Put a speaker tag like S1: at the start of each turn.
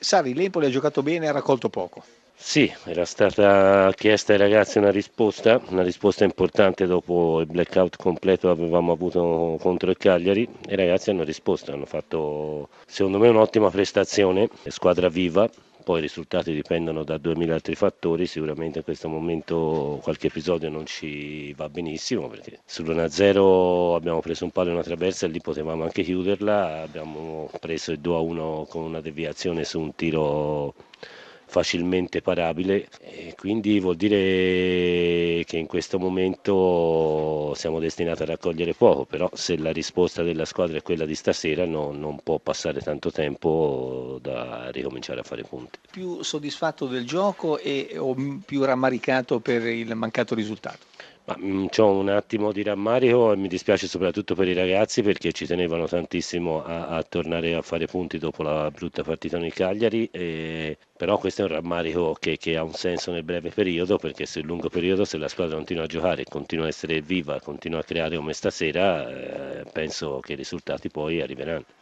S1: Sarri, l'Empoli ha giocato bene e ha raccolto poco.
S2: Sì, era stata chiesta ai ragazzi una risposta importante dopo il blackout completo che avevamo avuto contro il Cagliari e i ragazzi hanno risposto, hanno fatto secondo me un'ottima prestazione, squadra viva, poi i risultati dipendono da 2000 altri fattori, sicuramente in questo momento qualche episodio non ci va benissimo perché sull'1-0 abbiamo preso un palo e una traversa e lì potevamo anche chiuderla, abbiamo preso il 2-1 con una deviazione su un tiro facilmente parabile e quindi vuol dire che in questo momento siamo destinati a raccogliere poco, però se la risposta della squadra è quella di stasera non può passare tanto tempo da ricominciare a fare punti.
S1: Più soddisfatto del gioco o più rammaricato per il mancato risultato?
S2: Ma c'ho un attimo di rammarico e mi dispiace soprattutto per i ragazzi perché ci tenevano tantissimo a tornare a fare punti dopo la brutta partita nel Cagliari, però questo è un rammarico che ha un senso nel breve periodo perché sul lungo periodo se la squadra continua a giocare, continua a essere viva, continua a creare come stasera, penso che i risultati poi arriveranno.